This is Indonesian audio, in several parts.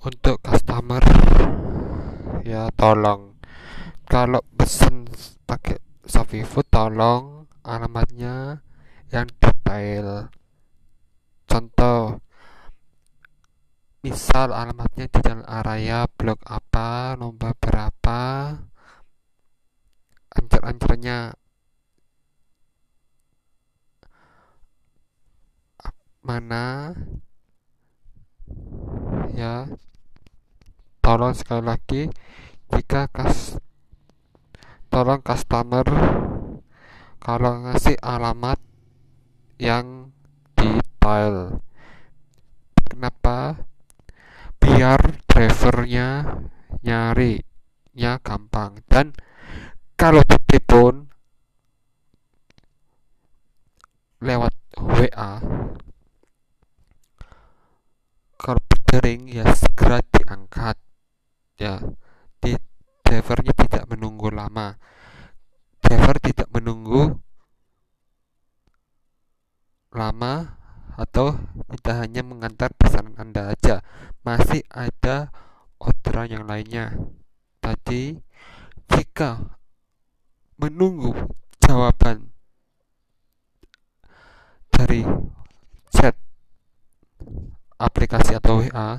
Untuk customer ya tolong, kalau pesen pakai Shopee Food tolong alamatnya yang detail. Contoh, misal alamatnya di Jalan Araya, blok apa, nomor berapa, ancer-ancernya mana, ya. Tolong sekali lagi, jika tolong customer kalau ngasih alamat yang detail. Kenapa? Biar drivernya nyarinya gampang. Dan kalau ditelepon lewat WA, kalau berdering ya segera diangkat, ya. Di Drivernya tidak menunggu lama. Driver tidak menunggu lama, atau tidak hanya mengantar pesanan Anda aja, masih ada orderan yang lainnya. Tadi jika menunggu jawaban dari chat aplikasi atau WA,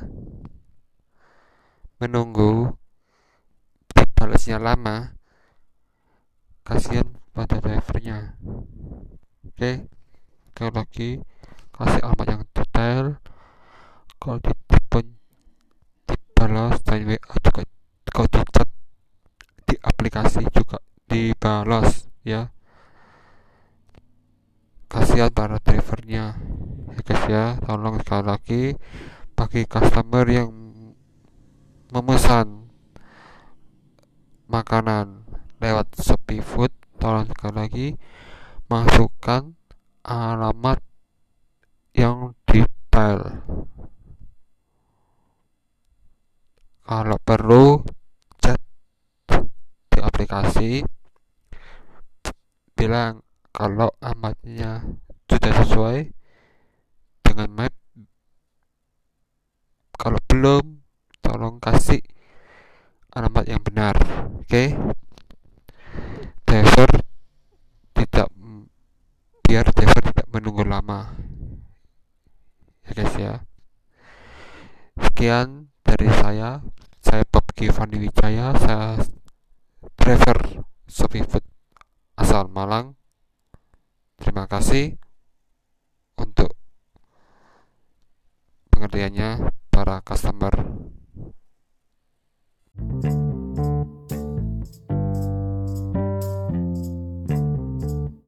menunggu dibalasnya lama, kasihan pada drivernya. Oke, sekali lagi, kasih alamat yang detail. Kalau ditelepon dibalas, dan WA juga, kalau di chat di aplikasi juga dibalas, ya. Kasihan para drivernya, ya guys, ya. Tolong sekali lagi, bagi customer yang memesan makanan lewat Shopee Food, tolong sekali lagi masukkan alamat yang detail. Kalau perlu, chat di aplikasi, bilang kalau alamatnya sudah sesuai dengan map. Kalau belum, tolong kasih alamat yang benar. Oke, driver tidak biar driver tidak menunggu lama, ya guys, ya. Sekian dari saya Bob Giovanni Wijaya, saya driver Shopee Food asal Malang. Terima kasih untuk pengertiannya para customer.